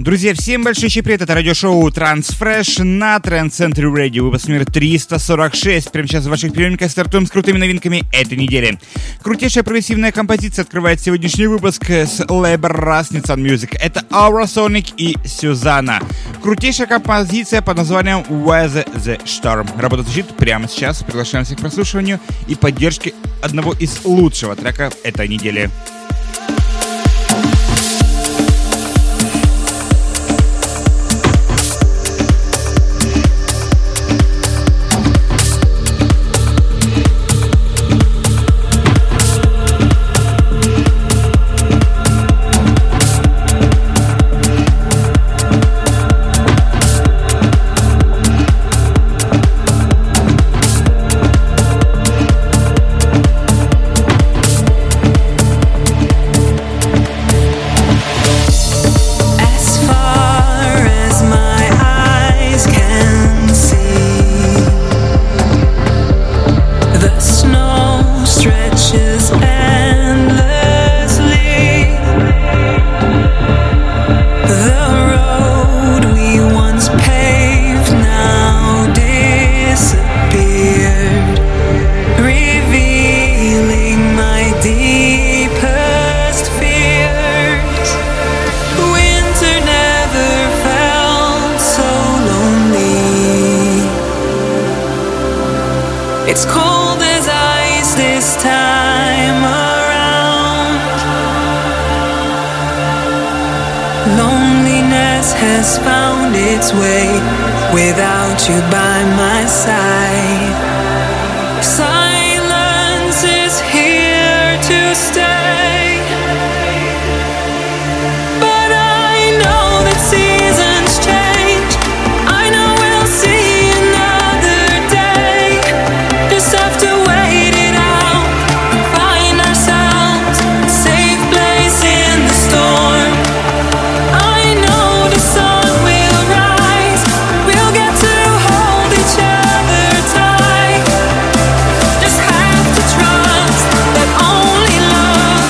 Друзья, всем большой привет, это радиошоу Transfresh на Trend Century Radio, выпуск номер 346. Прямо сейчас в ваших приемниках стартуем с крутыми новинками этой недели. Крутейшая прогрессивная композиция открывает сегодняшний выпуск с лейбла Ras Nissan Music. Это Aura Sonic и Сюзанна. Крутейшая композиция под названием Weather the Storm. Работа звучит прямо сейчас. Приглашаем всех к прослушиванию и поддержке одного из лучшего трека этой недели. It's cold as ice this time around. Loneliness has found its way without you by my side. Silence is here to stay. But I know that seasons change. I know we'll see another day. Just have to wait it out and find ourselves a safe place in the storm. I know the sun will rise. We'll get to hold each other tight. Just have to trust that only love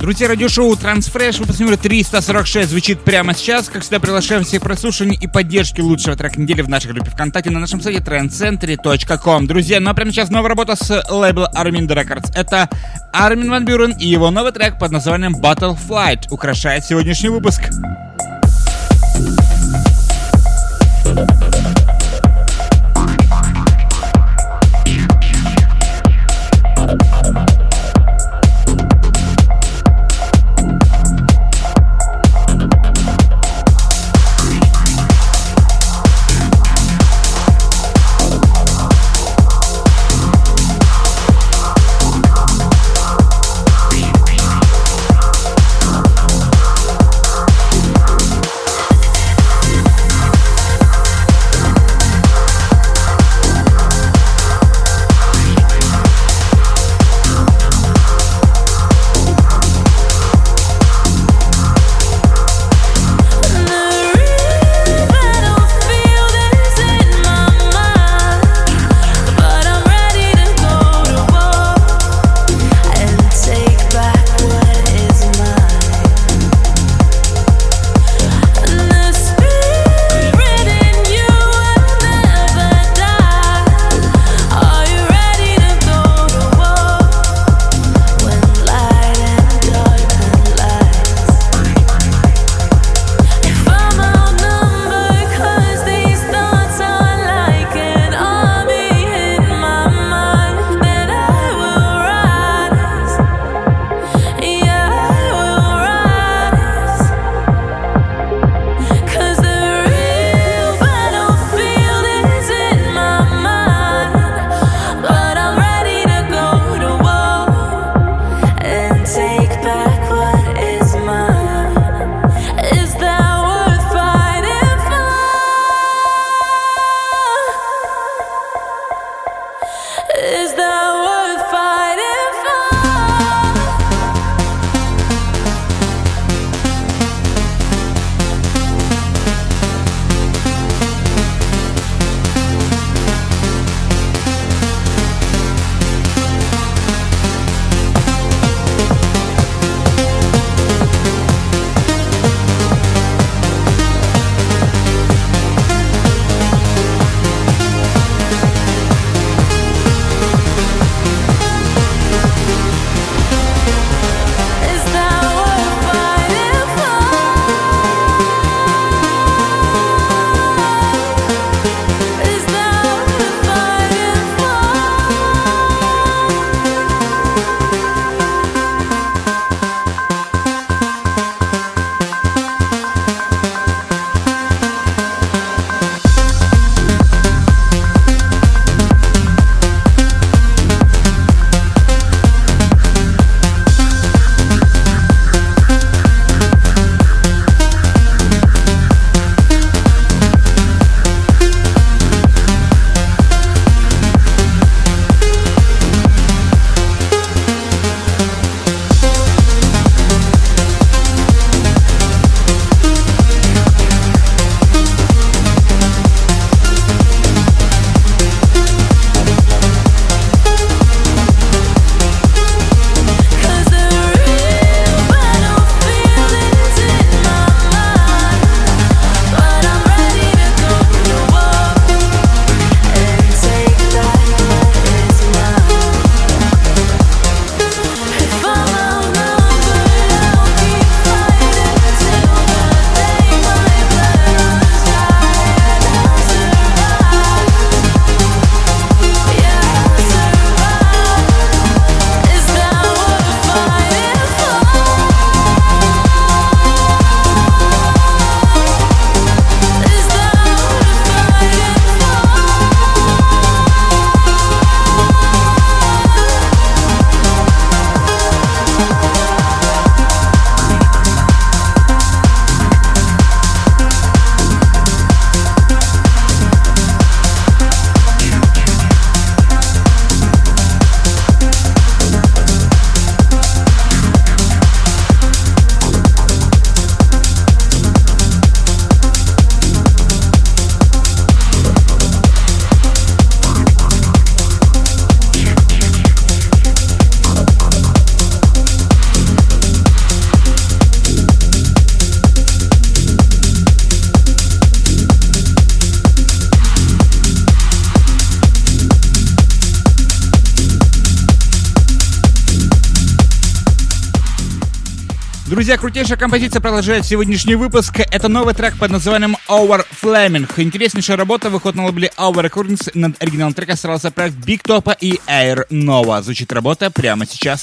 Друзья, радиошоу Transfresh, выпуск номер 346 звучит прямо сейчас. Как всегда, приглашаем всех к прослушиванию и поддержке лучшего трека недели в нашей группе ВКонтакте на нашем сайте trendcentury.com. Друзья, ну а прямо сейчас новая работа с лейбла Armin Records. Это Армин ван Бюрен и его новый трек под названием Battle Flight украшает сегодняшний выпуск. Друзья, крутейшая композиция продолжает сегодняшний выпуск. Это новый трек под названием Our Flaming. Интереснейшая работа, выход на лейбле Our Recordings. Над оригинальным треком старался проект Big Top и Air Nova. Звучит работа прямо сейчас.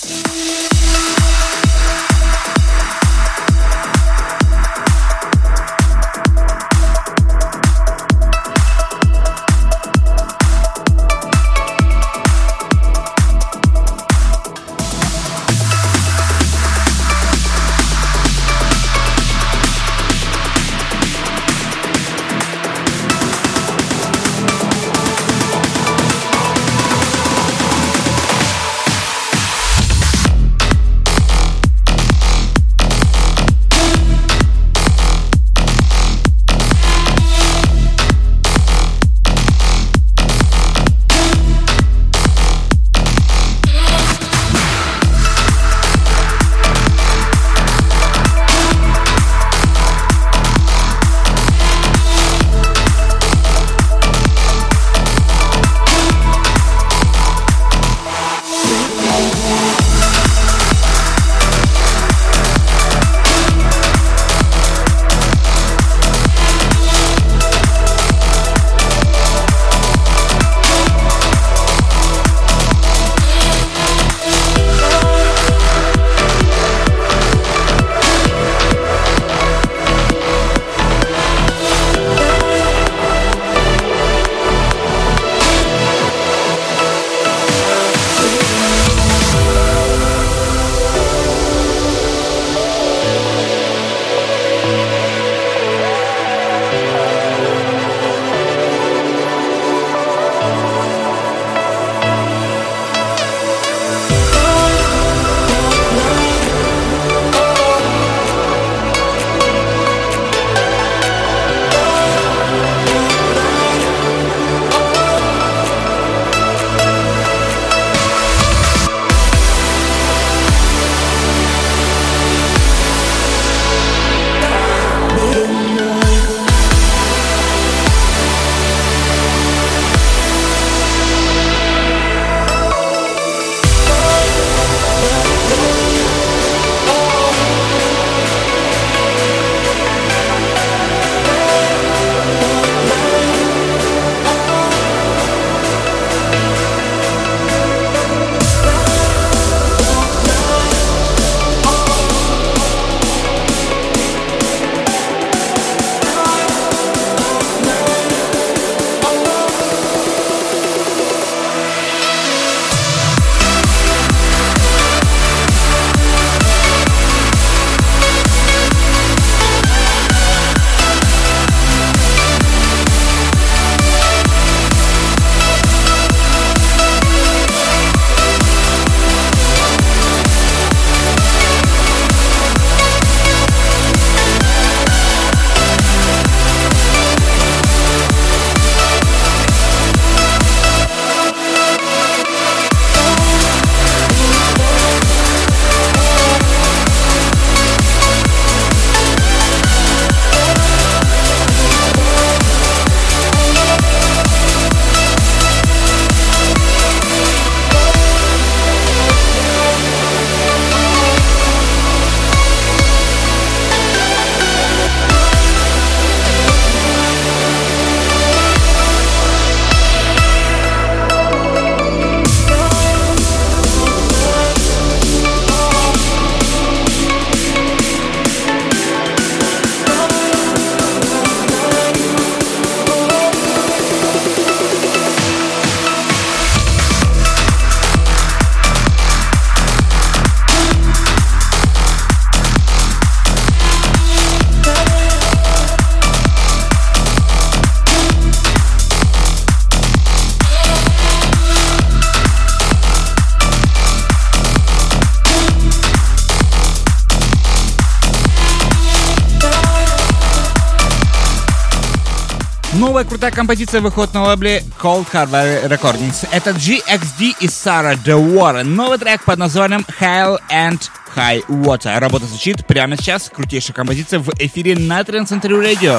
Новая крутая композиция выходит на лейбле Cold Hardware Recordings. Это GXD и Sarah De Warren. Новый трек под названием Hell and High Water. Работа звучит прямо сейчас. Крутейшая композиция в эфире на Trance Century Radio.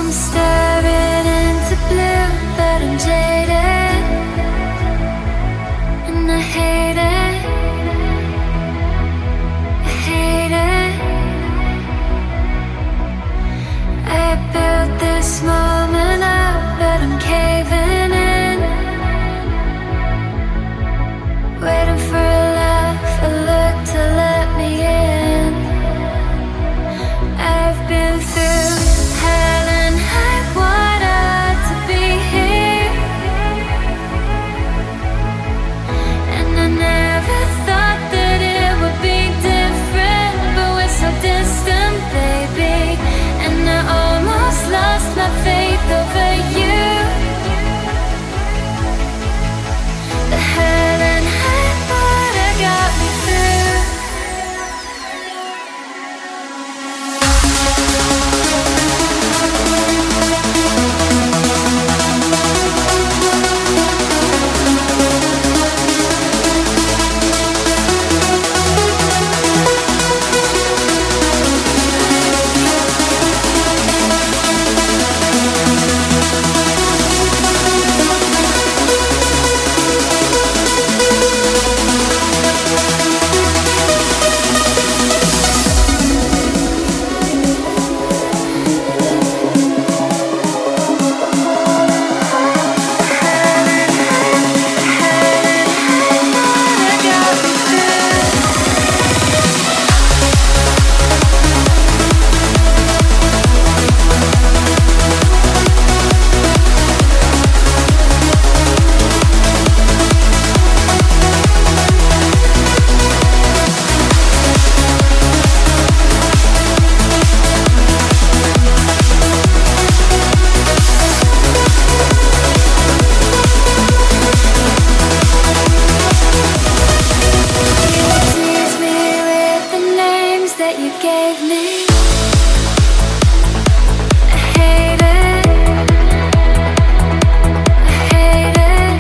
I'm staring into blue, but I'm jaded, and I hate it. I hate it. I built this moment up, but I'm caving in, waiting for a laugh, a look to let me in. I've been through hell and high water to be here, and I never thought that it would be different, but we're so distant, baby, and I almost lost my faith over you. The hell and high water got me through. Tease me with the names that you gave me. I hate it. I hate it.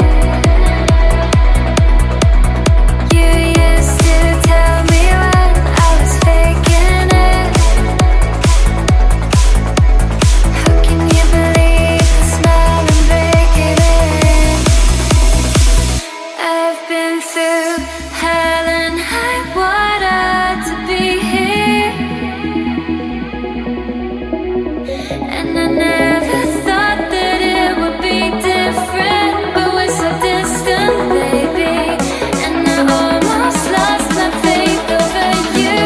You used to tell me when I was faking it. How can you believe the smile and break it in? I've been through hell and high water to be here, and I never thought that it would be different, but we're so distant, baby, and I almost lost my faith over you.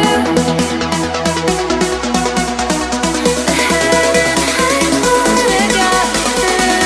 The hell and high water got me through.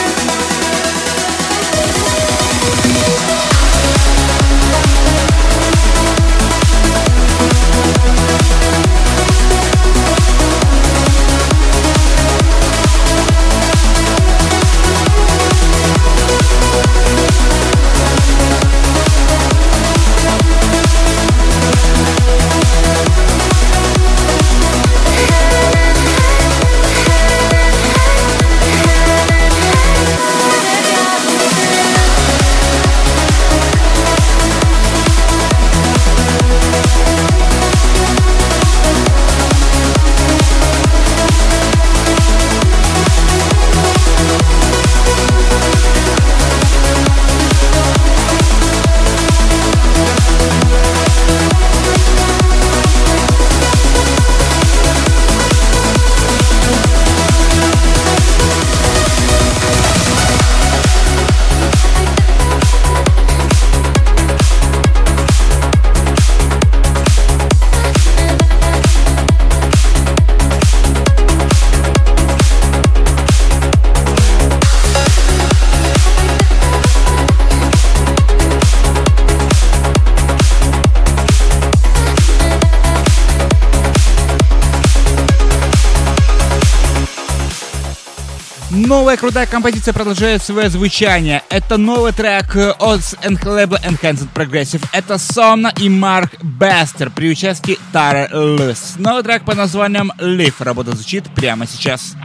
Новая крутая композиция продолжает свое звучание. Это новый трек от лейбла Enhanced Progressive. Это Somna и Марк Бестер при участии Тары Льюис. Новый трек под названием Live. Работа звучит прямо сейчас.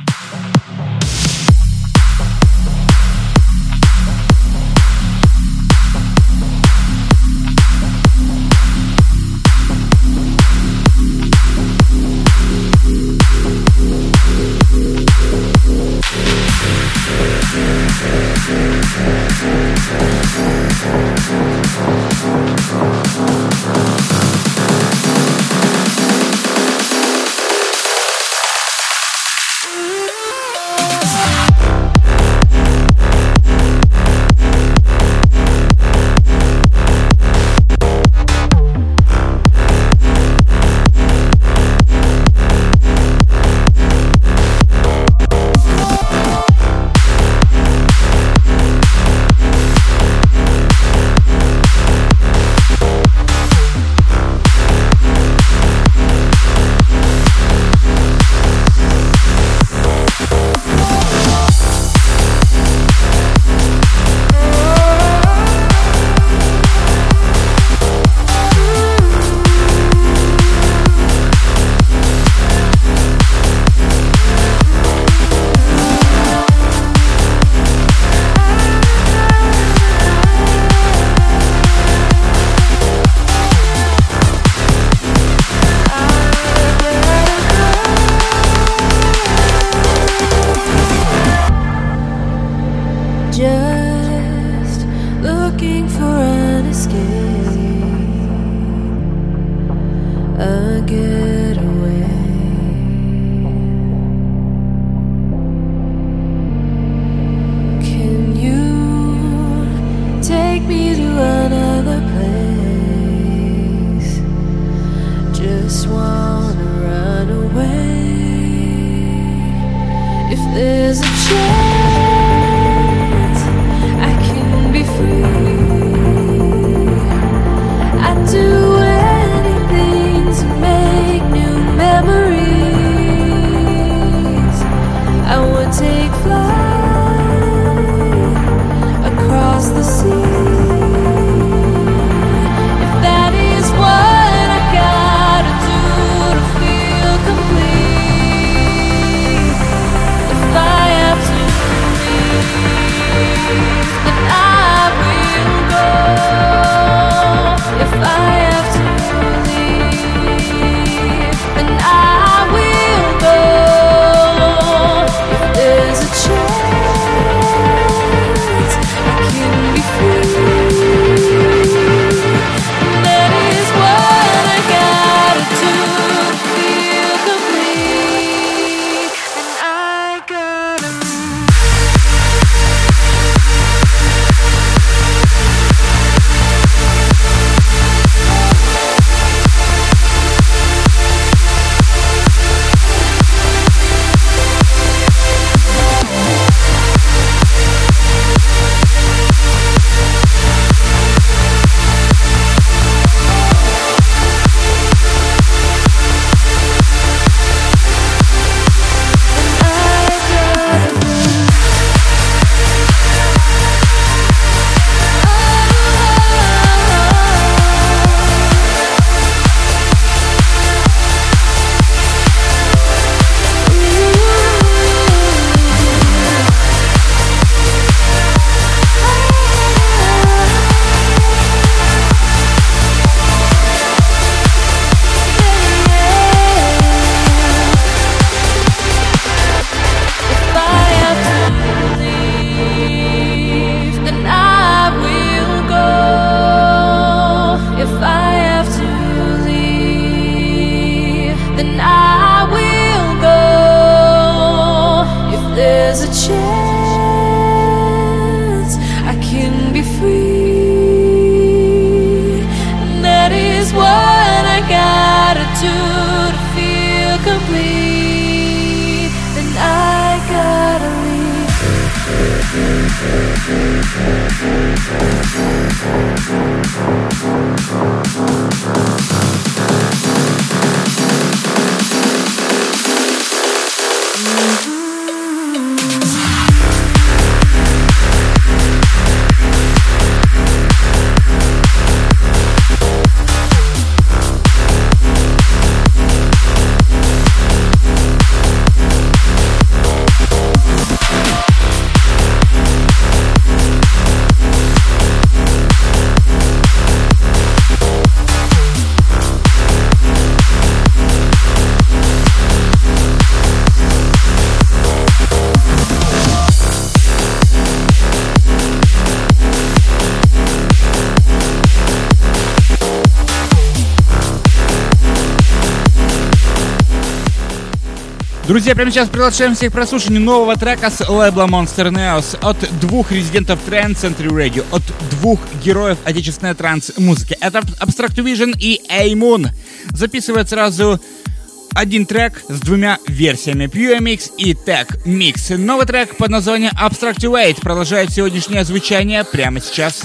Друзья, прямо сейчас приглашаем всех к прослушиванию нового трека с лейбла Monster Neos от двух резидентов Trance Century Radio, от двух героев отечественной транс-музыки. Это Abstract Vision и A-Moon. Записывает сразу один трек с двумя версиями: Pure Mix и Tech Mix. Новый трек под названием Abstractivate продолжает сегодняшнее звучание прямо сейчас.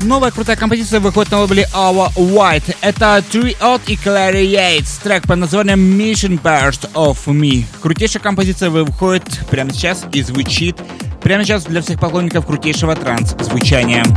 Новая крутая композиция выходит на лейбле Our White. Это Triod и Clary Yates. Трек под названием Mission Burst of Me. Крутейшая композиция выходит прямо сейчас и звучит прямо сейчас для всех поклонников крутейшего транс-звучания.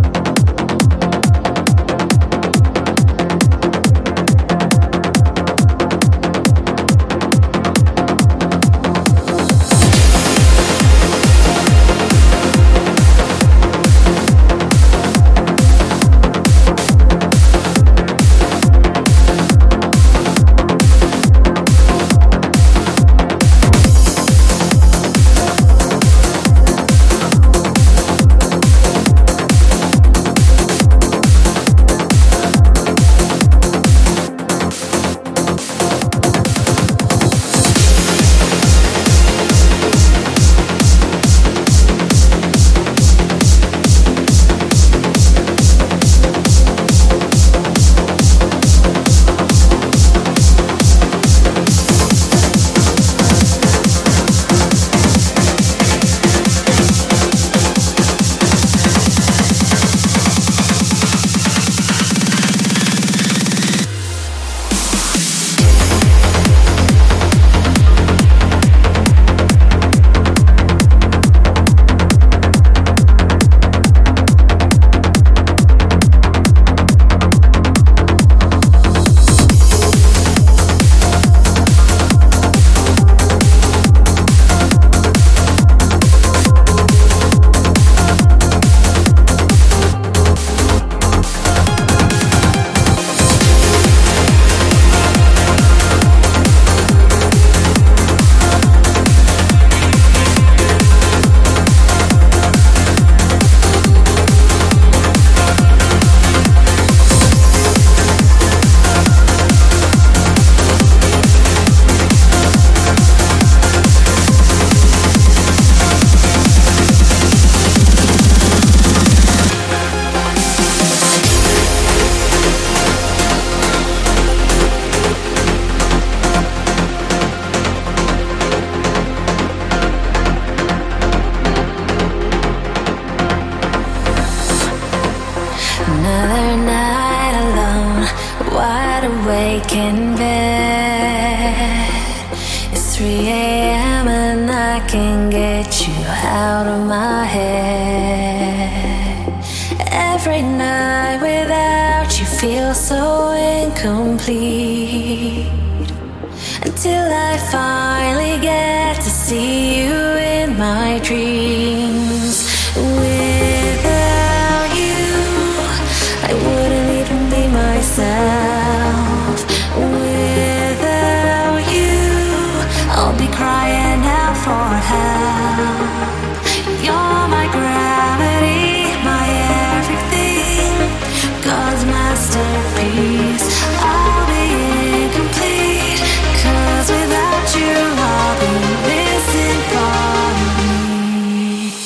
awake in bed. It's 3 a.m. and I can't get you out of my head. Every night without you feels so incomplete, until I finally get to see you in my dreams. Without you, I wouldn't even be myself. Without you, I'll be crying out for help. You're my gravity, my everything, God's masterpiece. I'll be incomplete, 'cause without you I'll be missing part of me.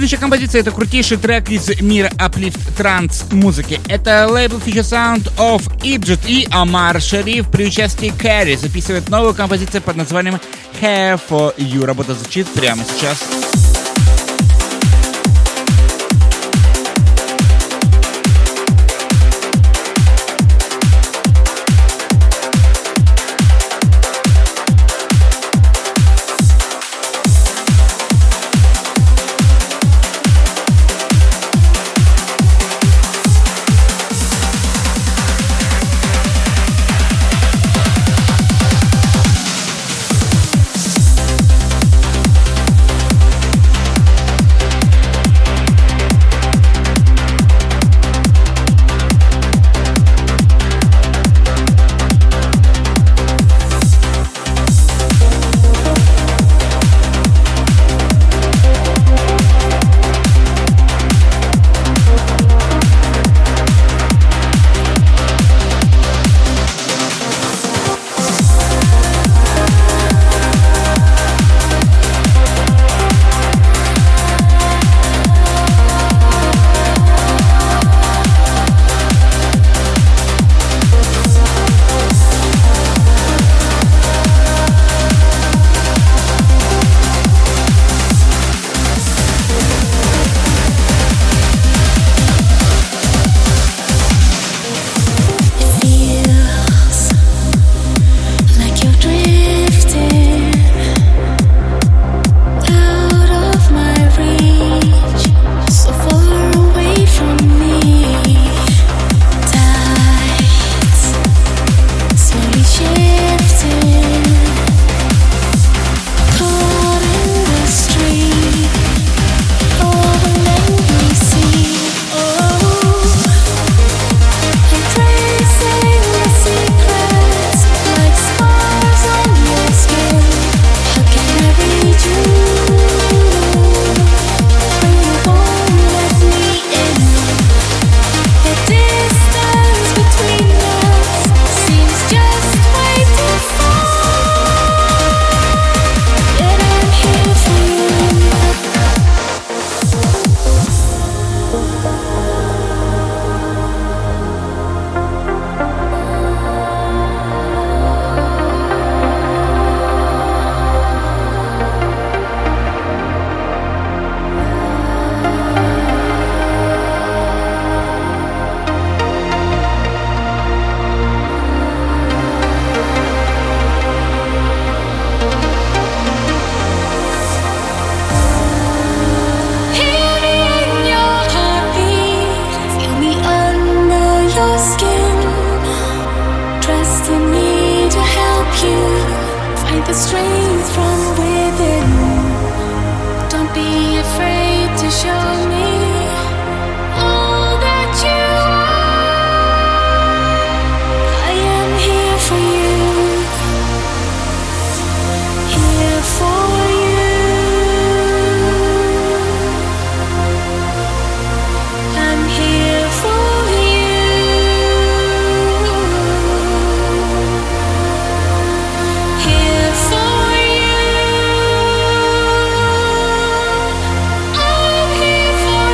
Следующая композиция — это крутейший трек из мира Uplift транс музыки. Это лейбл Future Sound of Egypt, и Амар Шериф при участии Кэрри записывает новую композицию под названием Hair for You. Работа звучит прямо сейчас. For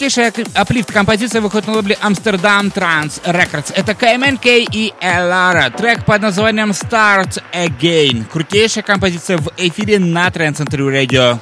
Крутейшая аплифт-композиция выходит на лейбле Amsterdam Trance Records. Это KMNK и Elara. Трек под названием Start Again. Крутейшая композиция в эфире на Trance Century Radio.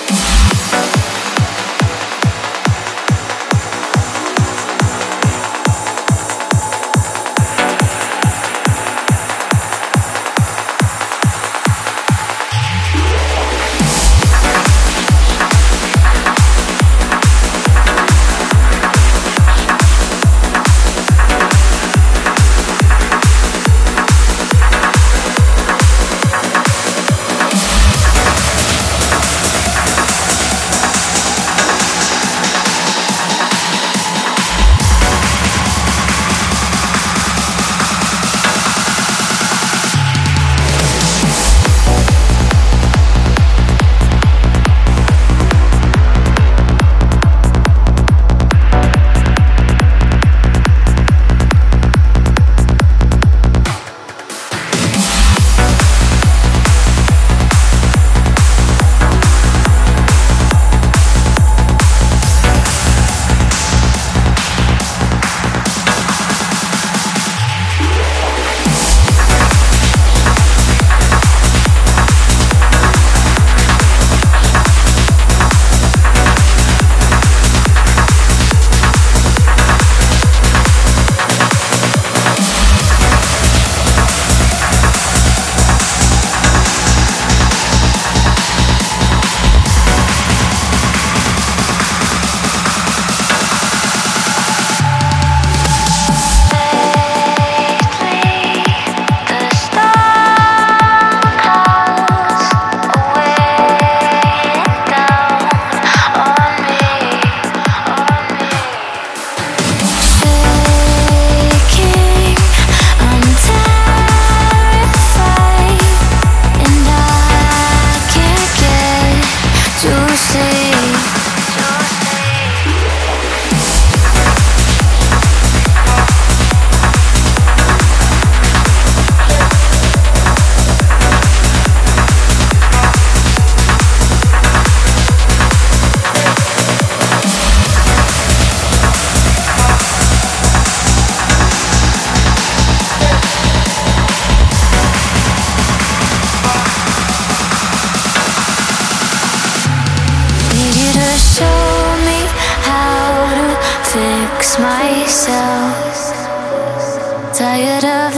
Tired of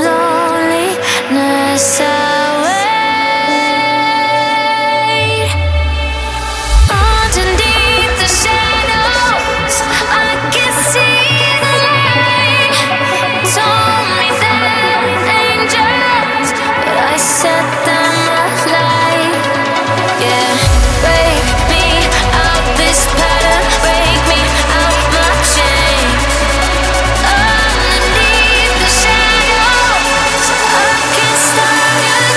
loneliness, I wait. Underneath the shadows, I can see the light. Told me they're angels, but I set them alight. Yeah, break me out this pattern, break me out my chains. Underneath the shadows, I can start again.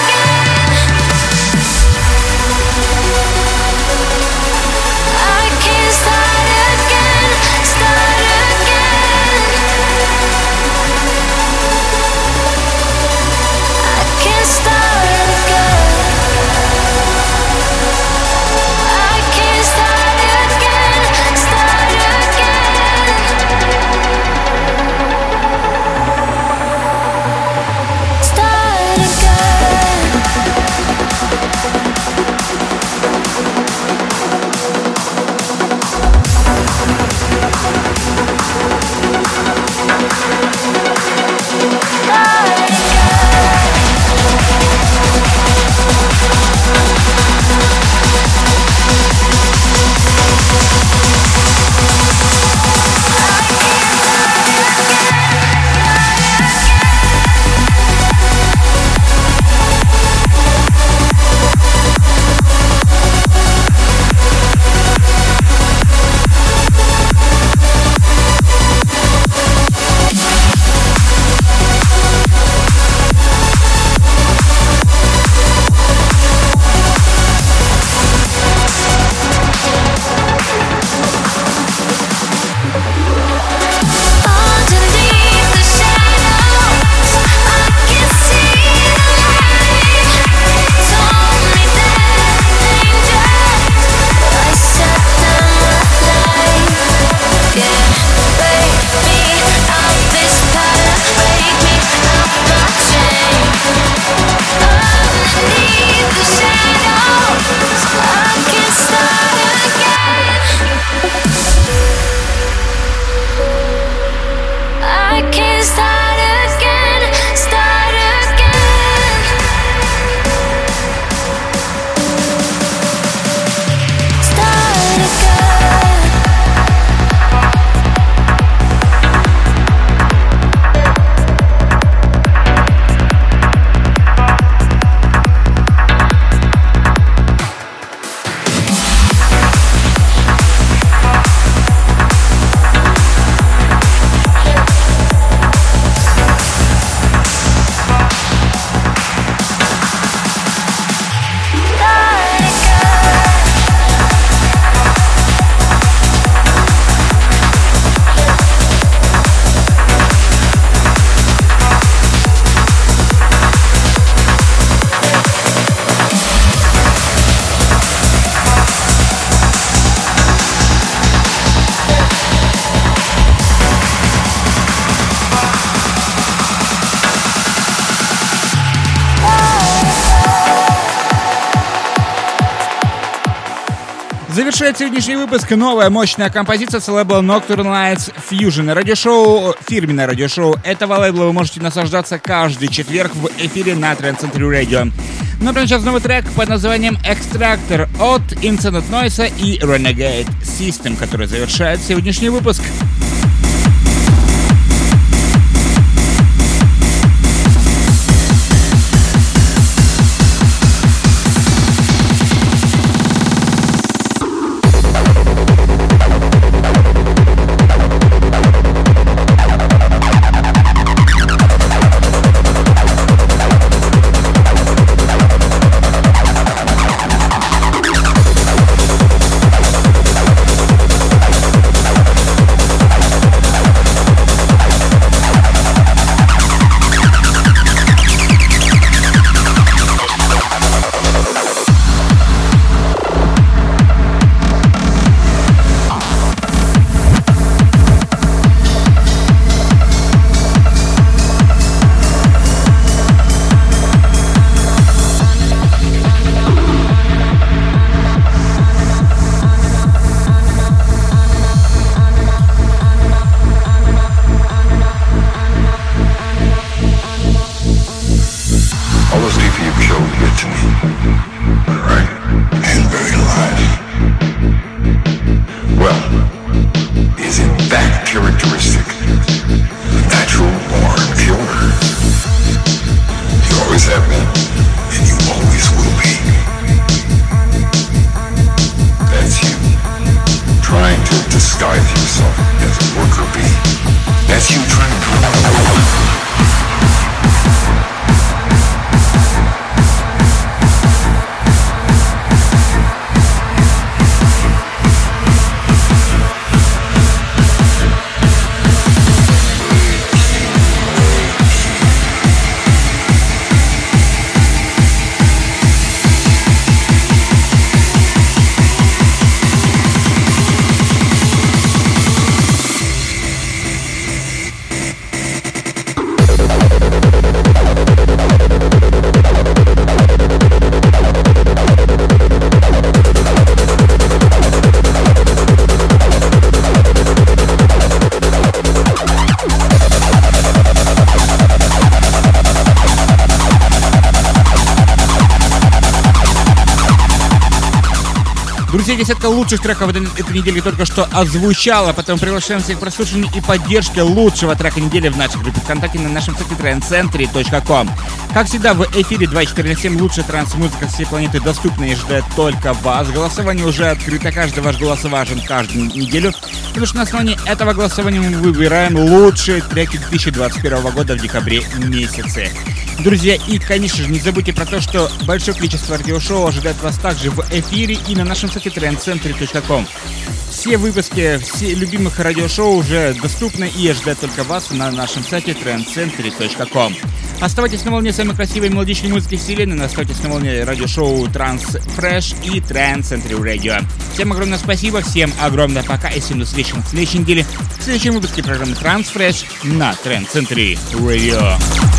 Завершает сегодняшний выпуск новая мощная композиция с лейбла Nocturnal Lights Fusion. Радиошоу, фирменное радиошоу этого лейбла вы можете наслаждаться каждый четверг в эфире на Trend Century Radio. Но прямо сейчас новый трек под названием Extractor от Incident Noise и Renegade System, который завершает сегодняшний выпуск. Друзья, десятка лучших треков этой недели только что озвучала, потом приглашаем всех к прослушиванию и поддержке лучшего трека недели в нашей группе ВКонтакте на нашем сайте trendcentry.com. Как всегда, в эфире 24/7 лучшая транс-музыка всей планеты доступна и ждет только вас. Голосование уже открыто, каждый ваш голос важен каждую неделю, потому что на основании этого голосования мы выбираем лучшие треки 2021 года в декабре месяце. Друзья, и, конечно же, не забудьте про то, что большое количество радиошоу ожидает вас также в эфире и на нашем сайте trendcentry.com. Все выпуски все любимых радиошоу уже доступны и ожидают только вас на нашем сайте trendcentry.com. Оставайтесь на волне самой красивой мелодичной музыки вселенной, оставайтесь на волне радиошоу Transfresh и Trend Century Radio. Всем огромное спасибо, всем огромное пока и всем до встречи на следующей неделе в следующем выпуске программы Transfresh на Trend Century Radio.